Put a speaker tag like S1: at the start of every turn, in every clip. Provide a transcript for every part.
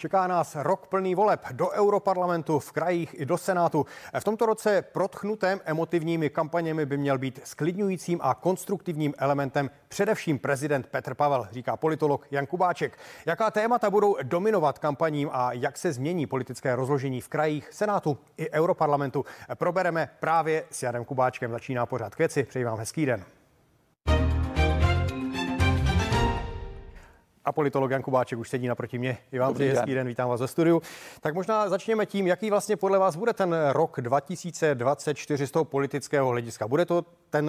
S1: Čeká nás rok plný voleb do Europarlamentu, v krajích i do Senátu. V tomto roce protchnutém emotivními kampaněmi by měl být sklidňujícím a konstruktivním elementem především prezident Petr Pavel, říká politolog Jan Kubáček. Jaká témata budou dominovat kampaním a jak se změní politické rozložení v krajích, Senátu i Europarlamentu, probereme právě s Janem Kubáčkem. Začíná pořad K věci. Přeji vám hezký den. A politolog Jan Kubáček už sedí naproti mě. I vám přeji hezký den, vítám vás ve studiu. Tak možná začněme tím, jaký vlastně podle vás bude ten rok 2024 z toho politického hlediska. Bude to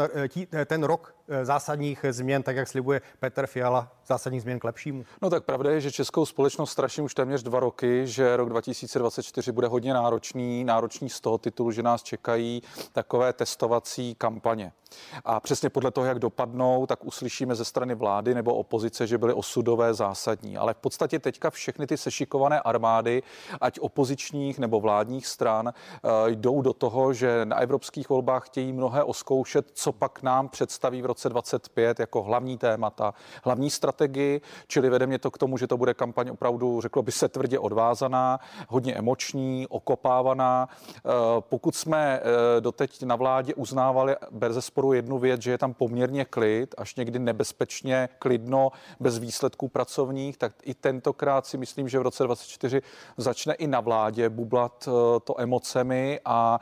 S1: ten rok zásadních změn, tak jak slibuje Petr Fiala, zásadních změn k lepšímu?
S2: No tak pravda je, že českou společnost straší už téměř 2 roky, že rok 2024 bude hodně náročný z toho titulu, že nás čekají takové testovací kampaně. A přesně podle toho, jak dopadnou, tak uslyšíme ze strany vlády nebo opozice, že byly osudové, zásadní. Ale v podstatě teďka všechny ty sešikované armády, ať opozičních nebo vládních stran, jdou do toho, že na evropských volbách chtějí mnohé oskoušet, co pak nám představí v roce 2025 jako hlavní témata, hlavní strategii, čili vede mě to k tomu, že to bude kampaň opravdu, řeklo by se, tvrdě odvázaná, hodně emoční, okopávaná. Pokud jsme doteď na vládě uznávali bezesporu jednu věc, že je tam poměrně klid, až někdy nebezpečně klidno, bez výsledků pracovních, tak i tentokrát si myslím, že v roce 2024 začne i na vládě bublat to emocemi a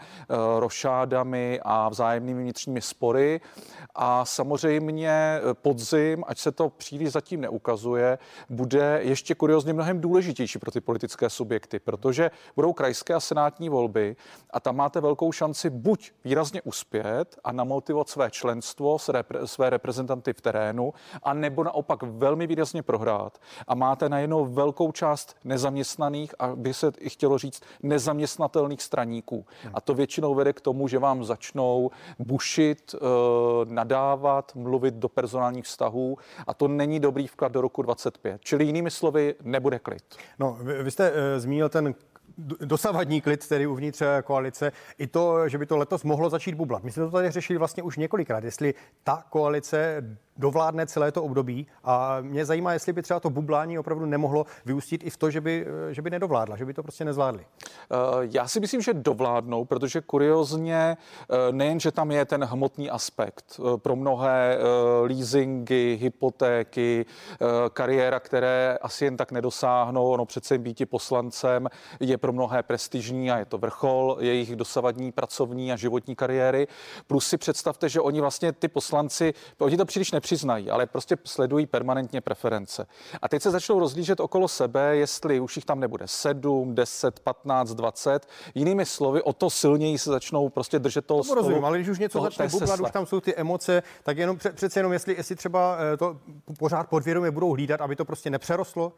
S2: rošádami a vzájemnými vnitřními spory. A samozřejmě podzim, ať se to příliš zatím neukazuje, bude ještě kuriózně mnohem důležitější pro ty politické subjekty, protože budou krajské a senátní volby a tam máte velkou šanci buď výrazně uspět a namotivovat své členstvo, své reprezentanty v terénu, a nebo naopak velmi výrazně prohrát a máte najednou velkou část nezaměstnaných a by se i chtělo říct nezaměstnatelných straníků. A to většinou vede k tomu, že vám začnou bušit, nadávat, mluvit do personálních vztahů a to není dobrý vklad do roku 2025. Čili jinými slovy nebude klid.
S1: No, vy jste zmínil ten dosavadní klid, tedy uvnitř koalice, i to, že by to letos mohlo začít bublat. My jsme to tady řešili vlastně už několikrát, jestli ta koalice dovládne celé to období a mě zajímá, jestli by třeba to bublání opravdu nemohlo vyústit i v to, že by nedovládla, že by to prostě nezvládli.
S2: Já si myslím, že dovládnou, protože kuriózně nejen, že tam je ten hmotný aspekt, pro mnohé leasingy, hypotéky, kariéra, které asi jen tak nedosáhnou, ono přece býti poslancem je pro mnohé prestižní a je to vrchol jejich dosavadní pracovní a životní kariéry. Plus si představte, že oni vlastně ty poslanci, oni to příliš nepřiznají, ale prostě sledují permanentně preference. A teď se začnou rozlížet okolo sebe, jestli už jich tam nebude 7, 10, 15, 20. Jinými slovy, o to silněji se začnou prostě držet toho stolu.
S1: Rozumím, ale když už něco začne bublat, už tam jsou ty emoce, tak jenom přece jenom, jestli třeba to pořád podvědomě budou hlídat, aby to prostě nepřerostlo?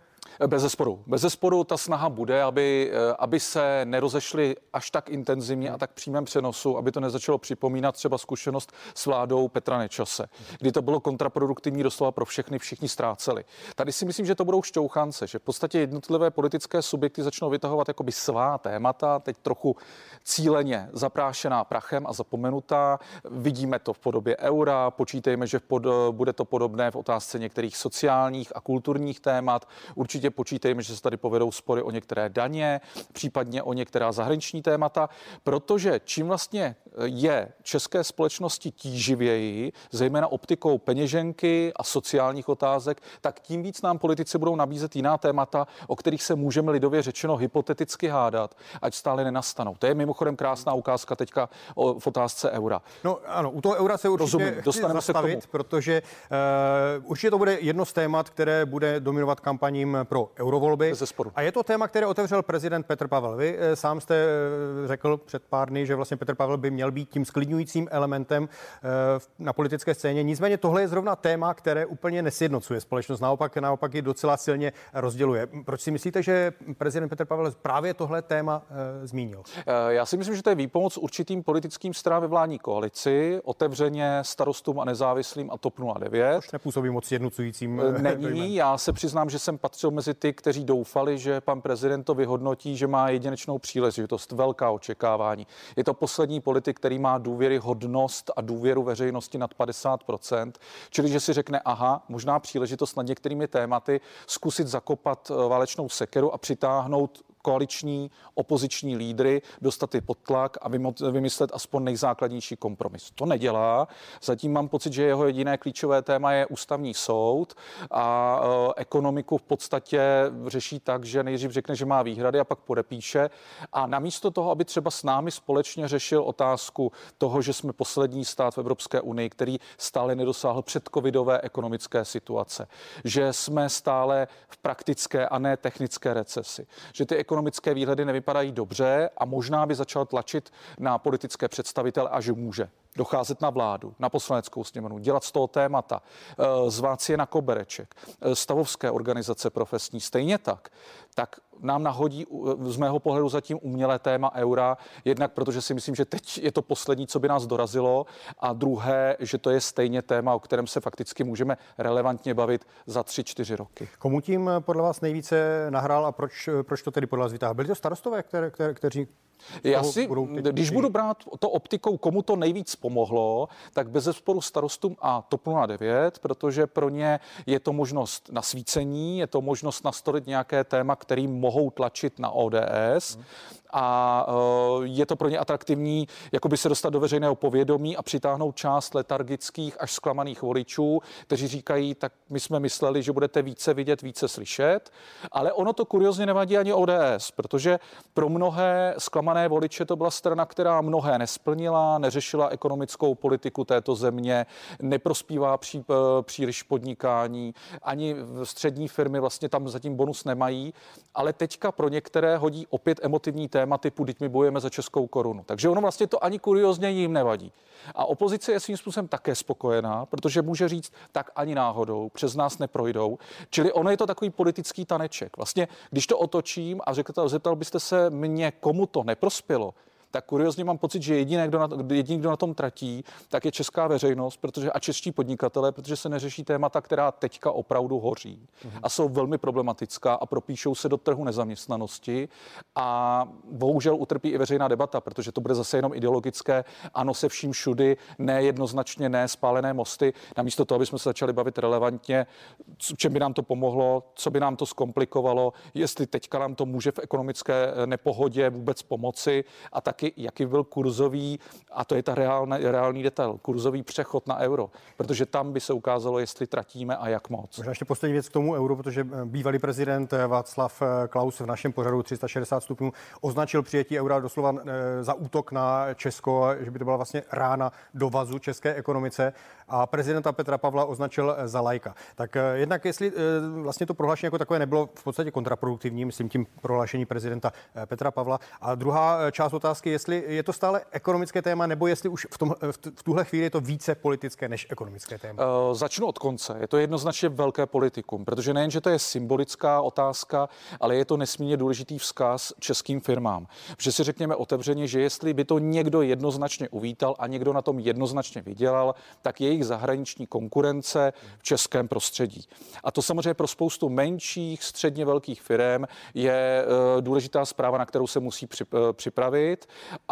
S2: Bez zesporu ta snaha bude, aby se nerozešli až tak intenzivně a tak přímém přenosu, aby to nezačalo připomínat třeba zkušenost s vládou Petra Nečase, kdy to bylo kontraproduktivní doslova pro všechny, všichni ztráceli. Tady si myslím, že to budou šťouchance, že v podstatě jednotlivé politické subjekty začnou vytahovat jakoby svá témata, teď trochu cíleně zaprášená prachem a zapomenutá. Vidíme to v podobě eura, počítejme, že bude to podobné v otázce některých sociálních a kulturních témat. Určitě počítejme, že se tady povedou spory o některé daně, případně o některá zahraniční témata, protože čím vlastně je české společnosti tíživěji, zejména optikou peněženky a sociálních otázek, tak tím víc nám politici budou nabízet jiná témata, o kterých se můžeme lidově řečeno hypoteticky hádat, ať stále nenastanou. To je mimochodem krásná ukázka teďka v otázce eura.
S1: No ano, u toho eura se určitě chci zastavit, protože určitě to bude jedno z témat, které bude dominovat kampaním pro eurovolby. A je to téma, které otevřel prezident Petr Pavel. Vy sám jste řekl před pár dny, že vlastně Petr Pavel by měl být tím sklidňujícím elementem na politické scéně. Nicméně tohle je zrovna téma, které úplně nesjednocuje společnost, naopak ji docela silně rozděluje. Proč si myslíte, že prezident Petr Pavel právě tohle téma zmínil?
S2: Já si myslím, že to je výpomoc určitým politickým stranám ve vládní koalici, otevřeně Starostům a nezávislým a TOP 09.
S1: Už nepůsobí moc sjednocujícím.
S2: Není, já se přiznám, že jsem patřil mezi ty, kteří doufali, že pan prezident to vyhodnotí, že má jedinečnou příležitost, velká očekávání. Je to poslední politik, který má důvěryhodnost a důvěru veřejnosti nad 50%, čili že si řekne, aha, možná příležitost nad některými tématy zkusit zakopat válečnou sekeru a přitáhnout koaliční, opoziční lídry, dostat je pod tlak a vymyslet aspoň nejzákladnější kompromis. To nedělá. Zatím mám pocit, že jeho jediné klíčové téma je ústavní soud a ekonomiku v podstatě řeší tak, že nejdřív řekne, že má výhrady a pak podepíše. A namísto toho, aby třeba s námi společně řešil otázku toho, že jsme poslední stát v Evropské unii, který stále nedosáhl předcovidové ekonomické situace, že jsme stále v praktické a ne technické recesi, že ty ekonomické výhledy nevypadají dobře a možná by začal tlačit na politické představitele a že může docházet na vládu, na poslaneckou sněmovnu, dělat z toho témata, zvát si je na kobereček, stavovské organizace profesní stejně tak nám nahodí z mého pohledu zatím umělé téma eura, jednak protože si myslím, že teď je to poslední, co by nás dorazilo, a druhé, že to je stejně téma, o kterém se fakticky můžeme relevantně bavit za 3-4 roky.
S1: Komu tím podle vás nejvíce nahrál a proč to tedy podle vás vytáhl? Byli to starostové, kteří
S2: když budu brát to optikou, komu to nejvíc pomohlo, tak bezesporu starostům a TOP 09, protože pro ně je to možnost nasvícení, je to možnost nastolit nějaké téma, kterým mohou tlačit na ODS. A je to pro ně atraktivní, jakoby se dostat do veřejného povědomí a přitáhnout část letargických až zklamaných voličů, kteří říkají, tak my jsme mysleli, že budete více vidět, více slyšet, ale ono to kuriozně nevadí ani ODS, protože pro mnohé zklamané voliče to byla strana, která mnohé nesplnila, neřešila ekonomickou politiku této země, neprospívá příliš podnikání, ani střední firmy vlastně tam zatím bonus nemají, ale teďka pro některé hodí opět emotivní téma typu, teď my bojujeme za českou korunu. Takže ono vlastně to ani kuriozně jim nevadí. A opozice je svým způsobem také spokojená, protože může říct, tak ani náhodou, přes nás neprojdou. Čili ono je to takový politický taneček. Vlastně, když to otočím a zeptal byste se mě, komu to neprospělo, tak kuriozně mám pocit, že jediný, kdo na tom tratí, tak je česká veřejnost, a čeští podnikatelé, protože se neřeší témata, která teďka opravdu hoří a jsou velmi problematická a propíšou se do trhu nezaměstnanosti a bohužel utrpí i veřejná debata, protože to bude zase jenom ideologické, ano se vším všudy, ne jednoznačně, ne spálené mosty, namísto toho, aby jsme se začali bavit relevantně, čem by nám to pomohlo, co by nám to zkomplikovalo, jestli teďka nám to může v ekonomické nepohodě vůbec pomoci a taky jaký byl kurzový, a to je ta reálný detail, kurzový přechod na euro, protože tam by se ukázalo, jestli tratíme a jak moc.
S1: Možná ještě poslední věc k tomu euro, protože bývalý prezident Václav Klaus v našem pořadu 360 stupňů označil přijetí eura doslova za útok na Česko, že by to byla vlastně rána do vazu české ekonomice, a prezidenta Petra Pavla označil za laika. Tak jednak jestli vlastně to prohlášení jako takové nebylo v podstatě kontraproduktivní, myslím tím prohlášení prezidenta Petra Pavla. A druhá část otázky, jestli je to stále ekonomické téma, nebo jestli už v tuhle chvíli je to více politické než ekonomické téma.
S2: Začnu od konce. Je to jednoznačně velké politikum, protože nejen, že to je symbolická otázka, ale je to nesmírně důležitý vzkaz českým firmám. Že si řekněme otevřeně, že jestli by to někdo jednoznačně uvítal a někdo na tom jednoznačně vydělal, tak jejich zahraniční konkurence v českém prostředí. A to samozřejmě pro spoustu menších, středně velkých firm je důležitá zpráva, na kterou se musí připravit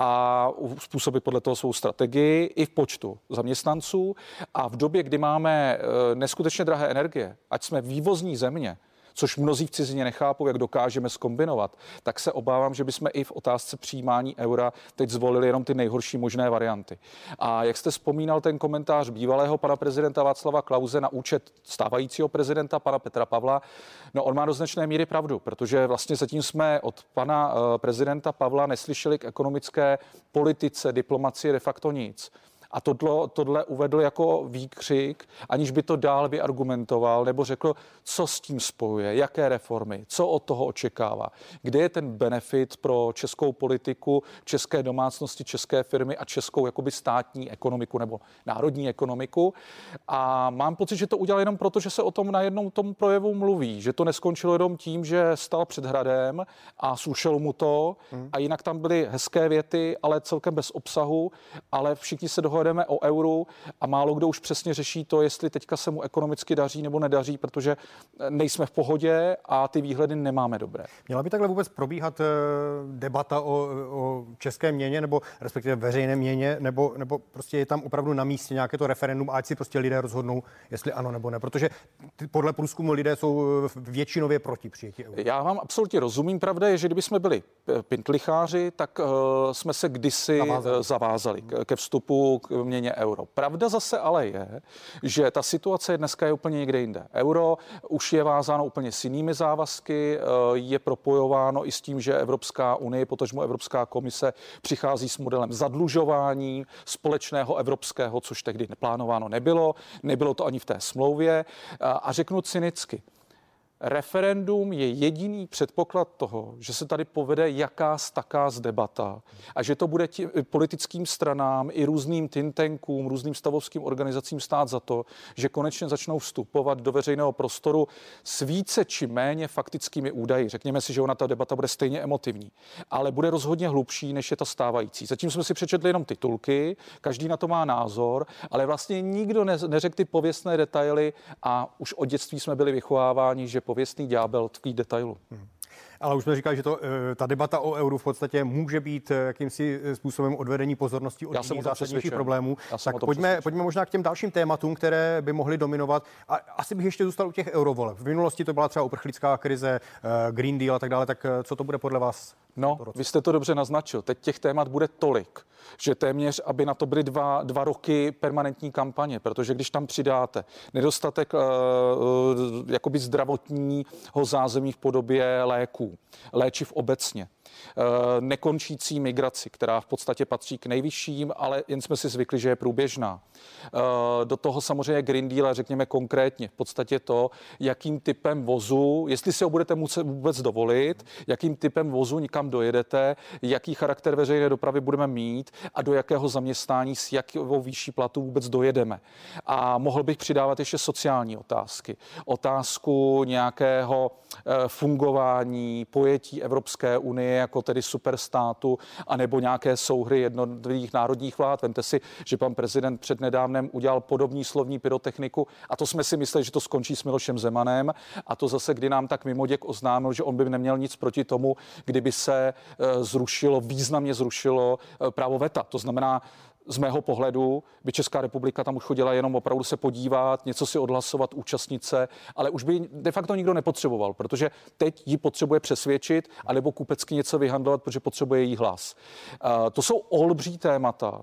S2: a způsobit podle toho svou strategii i v počtu zaměstnanců. A v době, kdy máme neskutečně drahé energie, ať jsme vývozní země, což mnozí v cizině nechápou, jak dokážeme zkombinovat, tak se obávám, že bychom i v otázce přijímání eura teď zvolili jenom ty nejhorší možné varianty. A jak jste vzpomínal ten komentář bývalého pana prezidenta Václava Klause na účet stávajícího prezidenta pana Petra Pavla, no on má do značné míry pravdu, protože vlastně zatím jsme od pana prezidenta Pavla neslyšeli k ekonomické politice, diplomacie de facto nic. A tohle uvedl jako výkřik, aniž by to dál vyargumentoval nebo řekl, co s tím spojuje, jaké reformy, co od toho očekává, kde je ten benefit pro českou politiku, české domácnosti, české firmy a českou jakoby státní ekonomiku nebo národní ekonomiku. A mám pocit, že to udělal jenom proto, že se o tom na jednom tom projevu mluví, že to neskončilo jenom tím, že stal před hradem a slušelo mu to a jinak tam byly hezké věty, ale celkem bez obsahu, ale všichni se dohodli jedeme o euru a málo kdo už přesně řeší to, jestli teďka se mu ekonomicky daří nebo nedaří, protože nejsme v pohodě a ty výhledy nemáme dobré.
S1: Měla by takhle vůbec probíhat debata o české měně nebo respektive veřejné měně, nebo prostě je tam opravdu na místě nějaké to referendum, ať si prostě lidé rozhodnou, jestli ano nebo ne, protože podle průzkumu lidé jsou většinově proti přijetí eura.
S2: Já vám absolutně rozumím. Pravda je, že kdyby jsme byli pintlicháři, tak jsme se kdysi zavázali ke vstupu k měně euro. Pravda zase ale je, že ta situace dneska je úplně někde jinde. Euro už je vázáno úplně s jinými závazky, je propojováno i s tím, že Evropská unie, potažmo Evropská komise přichází s modelem zadlužování společného evropského, což tehdy neplánováno nebylo to ani v té smlouvě. A řeknu cynicky, referendum je jediný předpoklad toho, že se tady povede takáz debata a že to bude politickým stranám i různým think tankům, různým stavovským organizacím stát za to, že konečně začnou vstupovat do veřejného prostoru s více či méně faktickými údaji. Řekněme si, že ta debata bude stejně emotivní, ale bude rozhodně hlubší, než je ta stávající. Zatím jsme si přečetli jenom titulky, každý na to má názor, ale vlastně nikdo neřekl ty pověstné detaily a už od dětství jsme byli vychováváni, že pověstný ďábel tkví detailu.
S1: Ale už jsme říkali, že ta debata o euru v podstatě může být jakýmsi způsobem odvedení pozornosti od jiných zásadnějších problémů. Tak pojďme možná k těm dalším tématům, které by mohly dominovat. A asi bych ještě zůstal u těch eurovoleb. V minulosti to byla třeba uprchlická krize, Green Deal a tak dále. Tak co to bude podle vás?
S2: No, vy jste to dobře naznačil. Teď těch témat bude tolik, že téměř, aby na to byly dva roky permanentní kampaně, protože když tam přidáte nedostatek jakoby zdravotního zázemí v podobě léčiv obecně, nekončící migraci, která v podstatě patří k nejvyšším, ale jen jsme si zvykli, že je průběžná. Do toho samozřejmě Green Deal, řekněme konkrétně, v podstatě to, jakým typem vozu, jestli si ho budete muset vůbec dovolit, jakým typem vozu nikam dojedete, jaký charakter veřejné dopravy budeme mít a do jakého zaměstnání s jakou výší platu vůbec dojedeme. A mohl bych přidávat ještě sociální otázky. Otázku nějakého fungování, pojetí Evropské unie jako tedy superstátu, anebo nějaké souhry jednotlivých národních vlád. Vemte si, že pan prezident přednedávnem udělal podobný slovní pyrotechniku a to jsme si mysleli, že to skončí s Milošem Zemanem a to zase, kdy nám tak mimoděk oznámil, že on by neměl nic proti tomu, kdyby se významně zrušilo právo veta. To znamená, z mého pohledu by Česká republika tam už chodila jenom opravdu se podívat, něco si odhlasovat, účastnit se, ale už by de facto nikdo nepotřeboval, protože teď ji potřebuje přesvědčit, anebo kupecky něco vyhandlovat, protože potřebuje její hlas. To jsou olbří témata.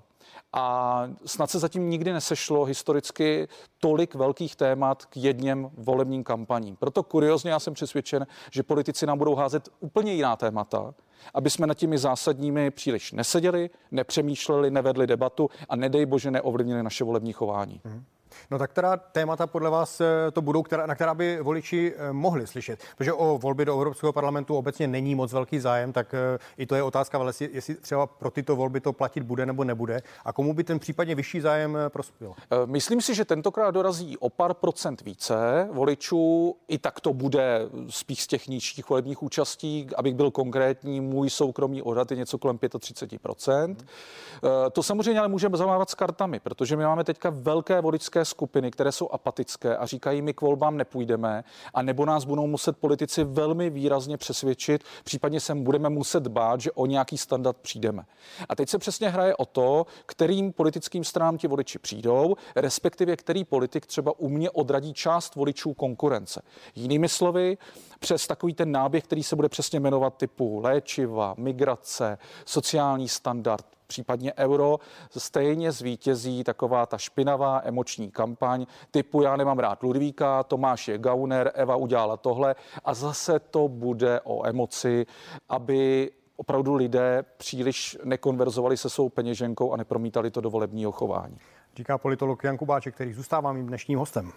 S2: A snad se zatím nikdy nesešlo historicky tolik velkých témat k jedním volebním kampaním. Proto kuriozně já jsem přesvědčen, že politici nám budou házet úplně jiná témata, aby jsme nad těmi zásadními příliš neseděli, nepřemýšleli, nevedli debatu a nedej bože neovlivnili naše volební chování.
S1: No tak která témata podle vás to budou, na která by voliči mohli slyšet? Protože o volby do Evropského parlamentu obecně není moc velký zájem, tak i to je otázka, ale jestli třeba pro tyto volby to platit bude nebo nebude a komu by ten případně vyšší zájem prospěl?
S2: Myslím si, že tentokrát dorazí o pár procent více voličů, i tak to bude spíš z těch nižších volebních účastí, abych byl konkrétní, můj soukromý odhad je něco kolem 35%. To samozřejmě ale můžeme zamávat s kartami, protože my máme teďka velké voličské skupiny, které jsou apatické a říkají, my k volbám nepůjdeme, a nebo nás budou muset politici velmi výrazně přesvědčit, případně se budeme muset bát, že o nějaký standard přijdeme. A teď se přesně hraje o to, kterým politickým stranám ti voliči přijdou, respektive který politik třeba u mě odradí část voličů konkurence. Jinými slovy, přes takový ten náběh, který se bude přesně jmenovat typu léčiva, migrace, sociální standard, případně euro, stejně zvítězí taková ta špinavá emoční kampaň typu já nemám rád Ludvíka, Tomáš je gauner, Eva udělala tohle a zase to bude o emoci, aby opravdu lidé příliš nekonverzovali se svou peněženkou a nepromítali to do volebního chování.
S1: Říká politolog Jan Kubáček, který zůstává mým dnešním hostem.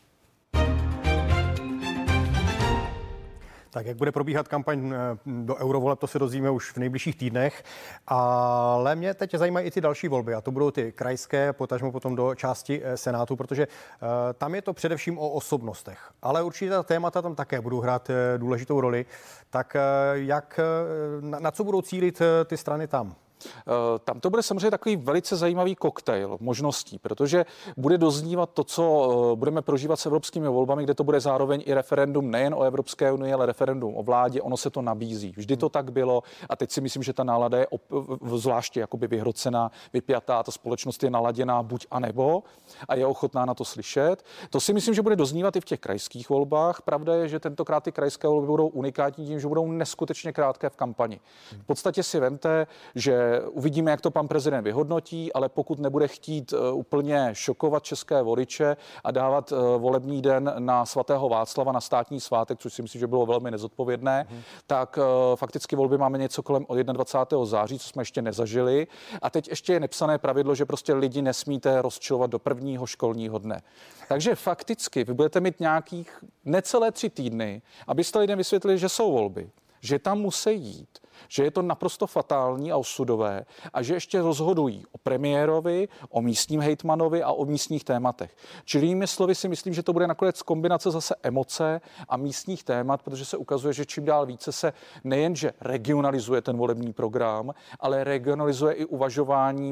S1: Tak jak bude probíhat kampaň do eurovoleb, to se dozvíme už v nejbližších týdnech, ale mě teď zajímají i ty další volby a to budou ty krajské, potažmo potom do části Senátu, protože tam je to především o osobnostech, ale určitě ta témata tam také budou hrát důležitou roli. Tak na co budou cílit ty strany tam?
S2: Tam to bude samozřejmě takový velice zajímavý koktejl možností, protože bude doznívat to, co budeme prožívat s evropskými volbami, kde to bude zároveň i referendum nejen o Evropské unii, ale referendum o vládě. Ono se to nabízí. Vždy to tak bylo a teď si myslím, že ta nálada je zvláště jakoby vyhrocená, vypjatá, ta společnost je naladěná buď a nebo a je ochotná na to slyšet. To si myslím, že bude doznívat i v těch krajských volbách. Pravda je, že tentokrát ty krajské volby budou unikátní tím, že budou neskutečně krátké v kampani. V podstatě si vemte, že uvidíme, jak to pan prezident vyhodnotí, ale pokud nebude chtít úplně šokovat české voliče a dávat volební den na svatého Václava, na státní svátek, což si myslím, že bylo velmi nezodpovědné, tak fakticky volby máme něco kolem 21. září, co jsme ještě nezažili. A teď ještě je nepsané pravidlo, že prostě lidi nesmíte rozčilovat do prvního školního dne. Takže fakticky vy budete mít nějakých necelé 3 týdny, abyste lidem vysvětlili, že jsou volby, že tam musí jít, že je to naprosto fatální a osudové a že ještě rozhodují o premiérovi, o místním hejtmanovi a o místních tématech. Čili jinými slovy si myslím, že to bude nakonec kombinace zase emoce a místních témat, protože se ukazuje, že čím dál více se nejenže regionalizuje ten volební program, ale regionalizuje i uvažování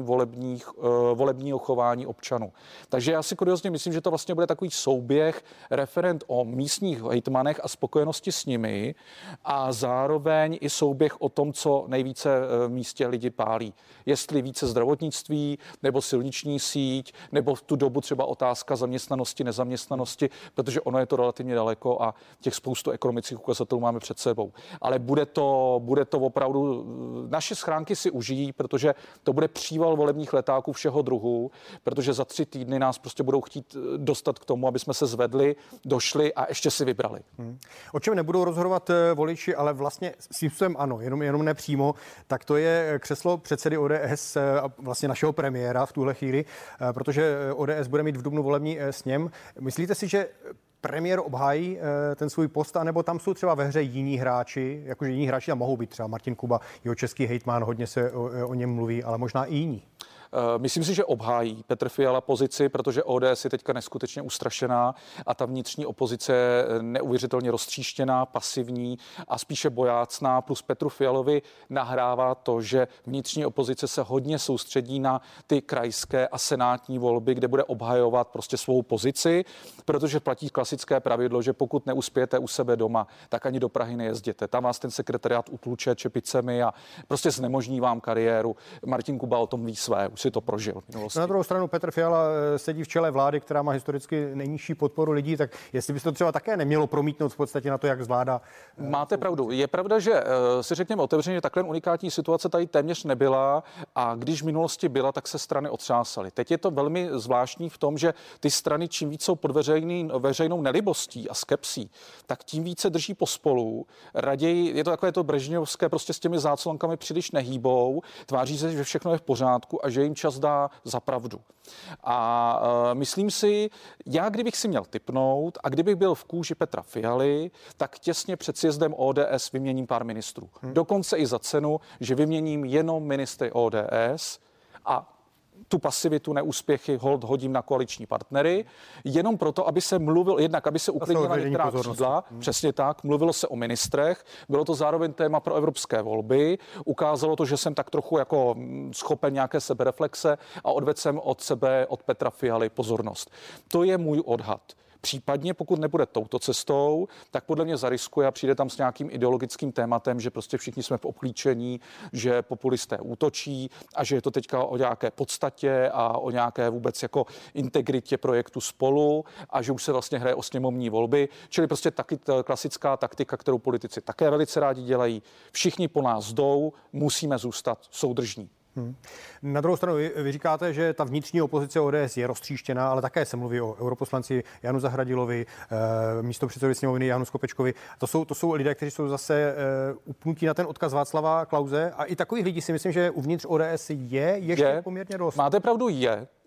S2: volebního chování občanů. Takže já si kuriozně myslím, že to vlastně bude takový souběh referend o místních hejtmanech a spokojenosti s nimi a zároveň i souběh o tom, co nejvíce v místě lidi pálí. Jestli více zdravotnictví, nebo silniční síť, nebo v tu dobu třeba otázka zaměstnanosti, nezaměstnanosti, protože ono je to relativně daleko a těch spoustu ekonomických ukazatelů máme před sebou. Ale bude to opravdu, naše schránky si užijí, protože to bude příval volebních letáků všeho druhu, protože za 3 týdny nás prostě budou chtít dostat k tomu, aby jsme se zvedli, došli a ještě si vybrali.
S1: O čem nebudou rozhodovat voliči, ale vlastně s tím způsobem ano, jenom nepřímo, tak to je křeslo předsedy ODS a vlastně našeho premiéra v tuhle chvíli, protože ODS bude mít v dubnu volební sněm. Myslíte si, že premiér obhájí ten svůj post, anebo tam jsou třeba ve hře jiní hráči, jakože jiní hráči tam mohou být, třeba Martin Kuba, jeho český hejtman, hodně se o něm mluví, ale možná i jiní.
S2: Myslím si, že obhájí Petr Fiala pozici, protože ODS je teďka neskutečně ustrašená a ta vnitřní opozice je neuvěřitelně roztříštěná, pasivní a spíše bojácná. Plus Petru Fialovi nahrává to, že vnitřní opozice se hodně soustředí na ty krajské a senátní volby, kde bude obhajovat prostě svou pozici, protože platí klasické pravidlo, že pokud neuspějete u sebe doma, tak ani do Prahy nejezděte. Tam vás ten sekretariát utluče čepicemi a prostě znemožní vám kariéru. Martin Kuba o tom ví své, si to prožil.
S1: Na druhou stranu Petr Fiala sedí v čele vlády, která má historicky nejnižší podporu lidí, tak jestli by se to třeba také nemělo promítnout v podstatě na to, jak zvládá.
S2: Máte pravdu. Je pravda, že si řekněme otevřeně, že takhle unikátní situace tady téměř nebyla a když v minulosti byla, tak se strany otřásaly. Teď je to velmi zvláštní v tom, že ty strany čím víc jsou pod veřejnou nelibostí a skepsí, tak tím více drží pospolu. Raději je to takové to brežněvské, prostě s těmi záclonkami příliš nehýbou, tváří se, že všechno je v pořádku a že jim čas dá za pravdu. A myslím si, já kdybych si měl tipnout a kdybych byl v kůži Petra Fialy, tak těsně před sjezdem ODS vyměním pár ministrů. Dokonce i za cenu, že vyměním jenom ministry ODS a tu pasivitu, neúspěchy hodím na koaliční partnery, jenom proto, aby se mluvilo, jednak aby se uklidnila některá křídla, přesně tak, mluvilo se o ministrech, bylo to zároveň téma pro evropské volby, ukázalo to, že jsem tak trochu jako schopen nějaké sebereflexe a odvedl jsem od Petra Fialy pozornost. To je můj odhad. Případně, pokud nebude touto cestou, tak podle mě zariskuje a přijde tam s nějakým ideologickým tématem, že prostě všichni jsme v obklíčení, že populisté útočí a že je to teďka o nějaké podstatě a o nějaké vůbec jako integritě projektu Spolu a že už se vlastně hraje o sněmovní volby, čili prostě taky klasická taktika, kterou politici také velice rádi dělají. Všichni po nás jdou, musíme zůstat soudržní.
S1: Na druhou stranu vy říkáte, že ta vnitřní opozice ODS je roztříštěná, ale také se mluví o europoslanci Janu Zahradilovi, místopředsedovi sněmovny Janu Skopečkovi. To jsou lidé, kteří jsou zase upnutí na ten odkaz Václava Klause a i takových lidí si myslím, že uvnitř ODS je ještě poměrně dost.
S2: Máte pravdu, je.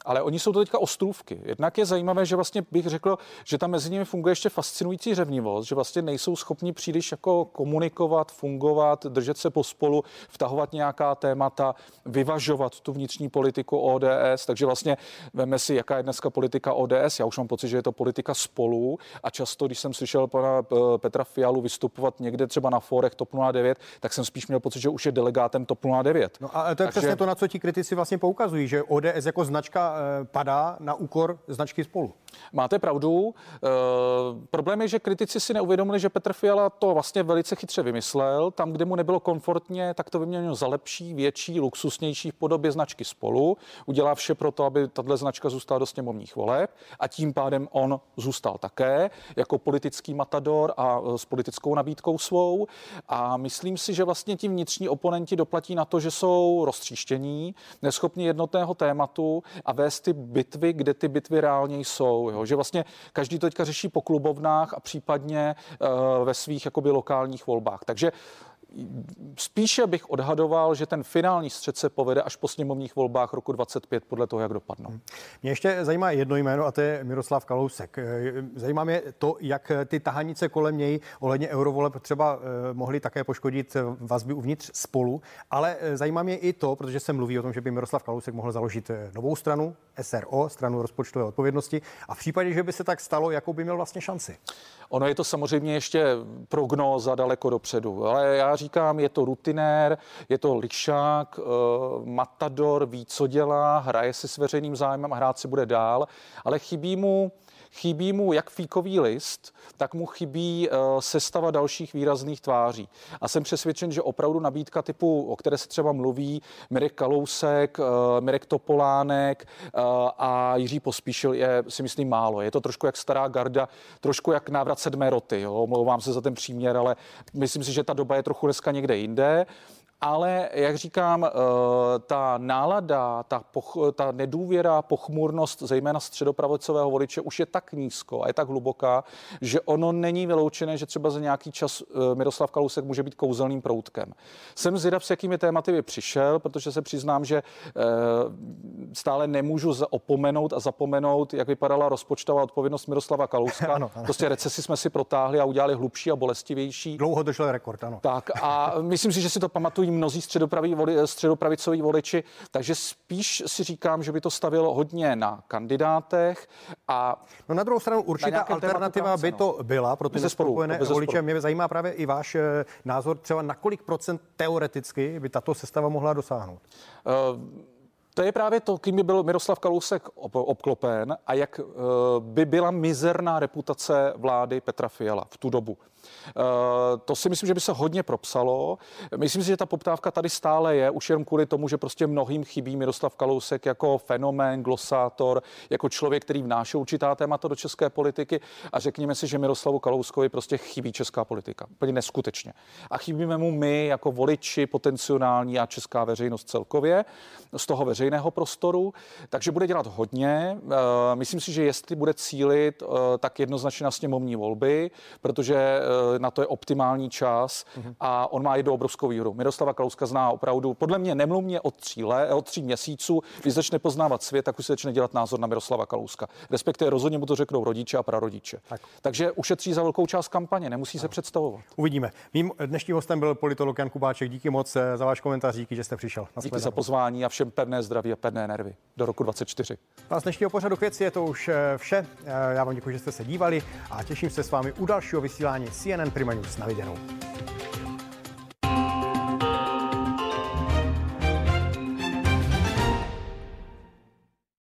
S2: Ale oni jsou to teďka ostrůvky. Jednak je zajímavé, že vlastně bych řekl, že tam mezi nimi funguje ještě fascinující řevnivost, že vlastně nejsou schopni příliš jako komunikovat, fungovat, držet se pospolu, vtahovat nějaká témata, vyvažovat tu vnitřní politiku ODS. Takže vlastně veme si, jaká je dneska politika ODS. Já už mám pocit, že je to politika Spolu a často, když jsem slyšel pana Petra Fialu vystupovat někde třeba na fórech TOP 09, tak jsem spíš měl pocit, že už je delegátem TOP 09.
S1: No a to je přesně to, na co ti kritici vlastně poukazují, že ODS jako značka padá na úkor značky Spolu.
S2: Máte pravdu. Problém je, že kritici si neuvědomili, že Petr Fiala to vlastně velice chytře vymyslel. Tam, kde mu nebylo komfortně, tak to vyměnil za lepší, větší, luxusnější v podobě značky Spolu. Udělá vše pro to, aby tato značka zůstala do sněmovních voleb a tím pádem on zůstal také jako politický matador a s politickou nabídkou svou. A myslím si, že vlastně ti vnitřní oponenti doplatí na to, že jsou roztříštění, neschopni jednotného tématu a vést ty bitvy, kde ty bitvy reálně jsou. Jo? Že vlastně každý to teďka řeší po klubovnách a případně ve svých jakoby lokálních volbách. Takže spíše bych odhadoval, že ten finální střet se povede až po sněmovních volbách roku 2025 podle toho, jak dopadnou.
S1: Mě ještě zajímá jedno jméno a to je Miroslav Kalousek. Zajímá mě to, jak ty tahanice kolem něj ohledně eurovoleb třeba mohly také poškodit vazby uvnitř Spolu, ale zajímá mě i to, protože se mluví o tom, že by Miroslav Kalousek mohl založit novou stranu, SRO, stranu rozpočtové odpovědnosti, a v případě, že by se tak stalo, jakou by měl vlastně šanci?
S2: Ono je to samozřejmě ještě prognóza daleko dopředu, ale já říkám, je to rutinér, je to lišák, matador, ví, co dělá, hraje si s veřejným zájmem a hrát si bude dál, ale chybí mu jak fíkový list, tak mu chybí sestava dalších výrazných tváří. A jsem přesvědčen, že opravdu nabídka typu, o které se třeba mluví, Mirek Kalousek, Mirek Topolánek a Jiří Pospíšil je, si myslím, málo. Je to trošku jak stará garda, trošku jak návrat 7. roty. Jo? Omlouvám se za ten příměr, ale myslím si, že ta doba je trochu dneska někde jinde. Ale, jak říkám, ta nálada, ta nedůvěra, pochmurnost, zejména středopravicového voliče, už je tak nízko a je tak hluboká, že ono není vyloučené, že třeba za nějaký čas Miroslav Kalousek může být kouzelným proutkem. Jsem zvědav, s jakými tématy by přišel, protože se přiznám, že stále nemůžu opomenout a zapomenout, jak vypadala rozpočtová odpovědnost Miroslava Kalouska. Ano. Prostě recesi jsme si protáhli a udělali hlubší a bolestivější.
S1: Dlouho došel rekord, ano.
S2: Tak a myslím si, že si to pamatují mnozí středopravicoví voliči, takže spíš si říkám, že by to stavilo hodně na kandidátech a...
S1: No na druhou stranu určitá alternativa by to byla pro ty nespokojené voliče. Mě zajímá právě i váš názor, třeba na kolik procent teoreticky by tato sestava mohla dosáhnout?
S2: To je právě to, kým by byl Miroslav Kalousek obklopen a jak by byla mizerná reputace vlády Petra Fiala v tu dobu. To si myslím, že by se hodně propsalo. Myslím si, že ta poptávka tady stále je, už jen kvůli tomu, že prostě mnohým chybí Miroslav Kalousek jako fenomén, glosátor, jako člověk, který vnáší určitá témata do české politiky a řekněme si, že Miroslavu Kalouskovi prostě chybí česká politika. Úplně neskutečně. A chybíme mu my jako voliči potenciální a česká veřejnost celkově z toho veřejného prostoru, takže bude dělat hodně. Myslím si, že jestli bude cílit, tak jednoznačně na sněmovní volby, protože na to je optimální čas a on má jednu obrovskou výhodu. Miroslava Kalouska zná opravdu, podle mě nemluvně od 3 měsíců, když začne poznávat svět, tak už se začne dělat názor na Miroslava Kalouska. Respektive rozhodně mu to řeknou rodiče a prarodiče. Takže ušetří za velkou část kampaně, nemusí se představovat.
S1: Uvidíme. Mým dnešním hostem byl politolog Jan Kubáček. Díky moc za váš komentář, díky, že jste přišel.
S2: Díky za pozvání a všem pevné zdraví a pevné nervy do roku 2024.
S1: A z dnešního pořadu K věci je to už vše. Já vám děkuji, že jste se dívali a těším se s vámi u dalšího vysílání CNN Prima News. Na viděnou.